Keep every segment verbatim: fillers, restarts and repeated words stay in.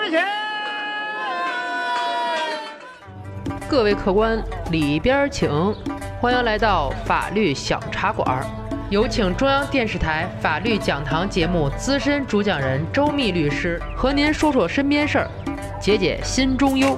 面前。 各位客官，里边请，欢迎来到法律小茶馆。有请中央电视台法律讲堂节目资深主讲人周密律师和您说说身边事儿，解解心中忧。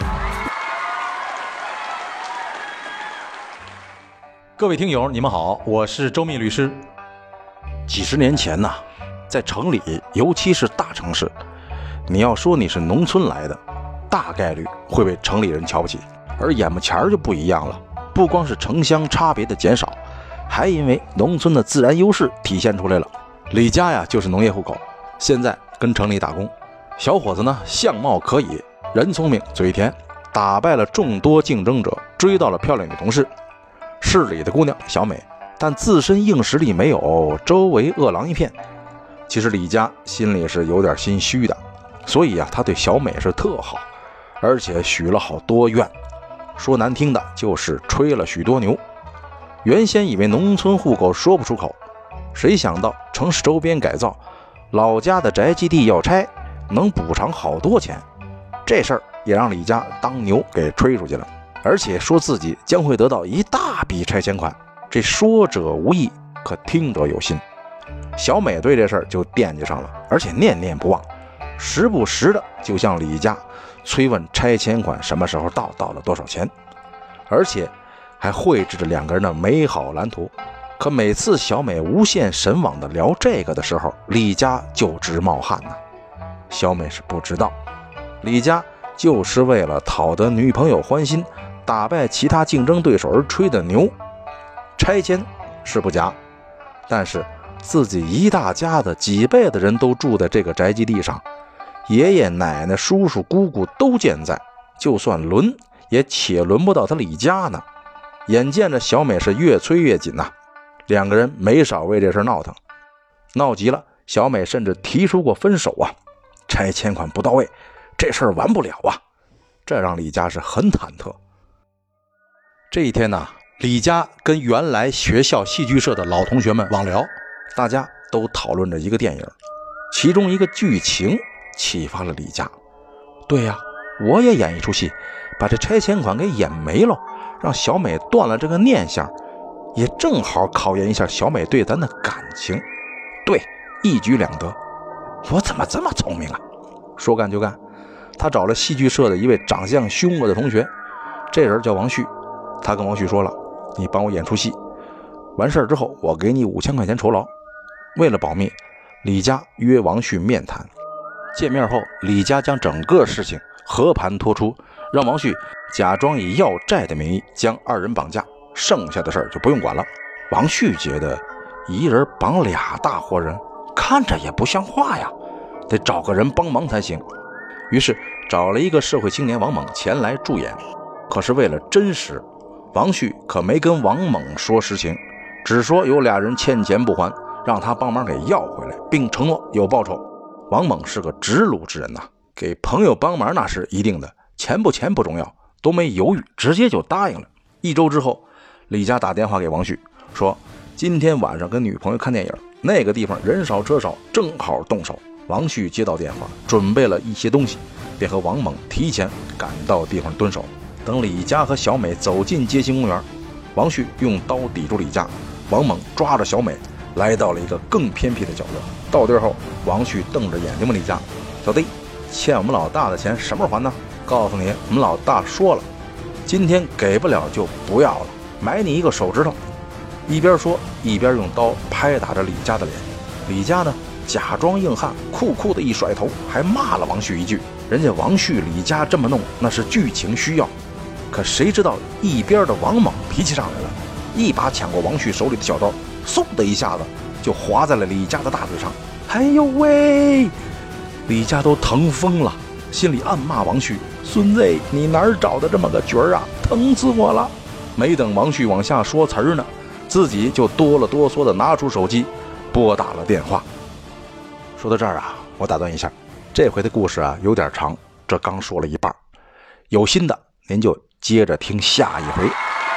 各位听友，你们好，我是周密律师。几十年前呐，在城里，尤其是大城市，你要说你是农村来的，大概率会被城里人瞧不起。而眼巴前儿就不一样了，不光是城乡差别的减少，还因为农村的自然优势体现出来了。李家呀就是农业户口，现在跟城里打工。小伙子呢相貌可以，人聪明嘴甜，打败了众多竞争者，追到了漂亮女同事。市里的姑娘小美，但自身硬实力没有，周围饿狼一片。其实李家心里是有点心虚的，所以啊他对小美是特好，而且许了好多愿，说难听的就是吹了许多牛。原先以为农村户口说不出口，谁想到城市周边改造，老家的宅基地要拆，能补偿好多钱。这事儿也让李家当牛给吹出去了，而且说自己将会得到一大笔拆迁款。这说者无意，可听者有心。小美对这事儿就惦记上了，而且念念不忘，时不时的就向李家催问拆迁款什么时候到，到了多少钱，而且还绘制着两个人的美好蓝图。可每次小美无限神往的聊这个的时候，李家就直冒汗呢。小美是不知道，李家就是为了讨得女朋友欢心，打败其他竞争对手而吹的牛。拆迁是不假，但是自己一大家子几辈的人都住在这个宅基地上，爷爷奶奶叔叔姑姑都健在，就算轮也且轮不到他李家呢。眼见着小美是越催越紧呐、啊，两个人没少为这事闹腾，闹急了，小美甚至提出过分手啊。拆迁款不到位，这事儿完不了啊，这让李家是很忐忑。这一天呢、啊，李家跟原来学校戏剧社的老同学们网聊，大家都讨论着一个电影，其中一个剧情启发了李家。对呀、啊，我也演一出戏，把这拆迁款给演没了，让小美断了这个念想，也正好考验一下小美对咱的感情。对，一举两得。我怎么这么聪明啊？说干就干，他找了戏剧社的一位长相凶恶的同学，这人叫王旭。他跟王旭说了，你帮我演出戏，完事之后我给你五千块钱酬劳。为了保密，李家约王旭面谈。见面后，李家将整个事情和盘托出，让王旭假装以要债的名义将二人绑架，剩下的事儿就不用管了。王旭觉得一人绑俩大活人，看着也不像话呀，得找个人帮忙才行。于是找了一个社会青年王猛前来助演。可是为了真实，王旭可没跟王猛说实情，只说有俩人欠钱不还，让他帮忙给要回来，并承诺有报酬。王猛是个直路之人呐、啊，给朋友帮忙那是一定的，钱不钱不重要，都没犹豫，直接就答应了。一周之后，李家打电话给王旭说，今天晚上跟女朋友看电影，那个地方人少车少，正好动手。王旭接到电话，准备了一些东西，便和王猛提前赶到地方蹲守。等李家和小美走进街心公园，王旭用刀抵住李家，王猛抓着小美来到了一个更偏僻的角落。到地后，王旭瞪着眼睛问李家，小弟，欠我们老大的钱什么时候还呢？告诉你，我们老大说了，今天给不了就不要了，买你一个手指头。一边说一边用刀拍打着李家的脸。李家呢假装硬汉，酷酷的一甩头，还骂了王旭一句。人家王旭李家这么弄，那是剧情需要。可谁知道一边的王猛脾气上来了，一把抢过王旭手里的小刀，嗖的一下子就划在了李家的大腿上。哎呦喂！李家都疼疯了，心里暗骂王旭，孙子你哪儿找的这么个角儿啊，疼死我了。没等王旭往下说词儿呢，自己就哆了哆嗦的拿出手机拨打了电话。说到这儿啊，我打断一下，这回的故事啊有点长，这刚说了一半，有心的您就接着听下一回。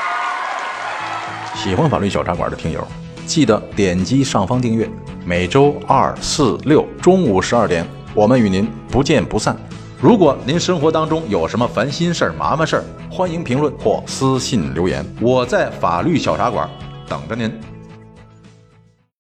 喜欢法律小茶馆的听友，记得点击上方订阅，每周二、四、六中午十二点我们与您不见不散。如果您生活当中有什么烦心事儿、麻烦事儿，欢迎评论或私信留言，我在法律小茶馆等着您。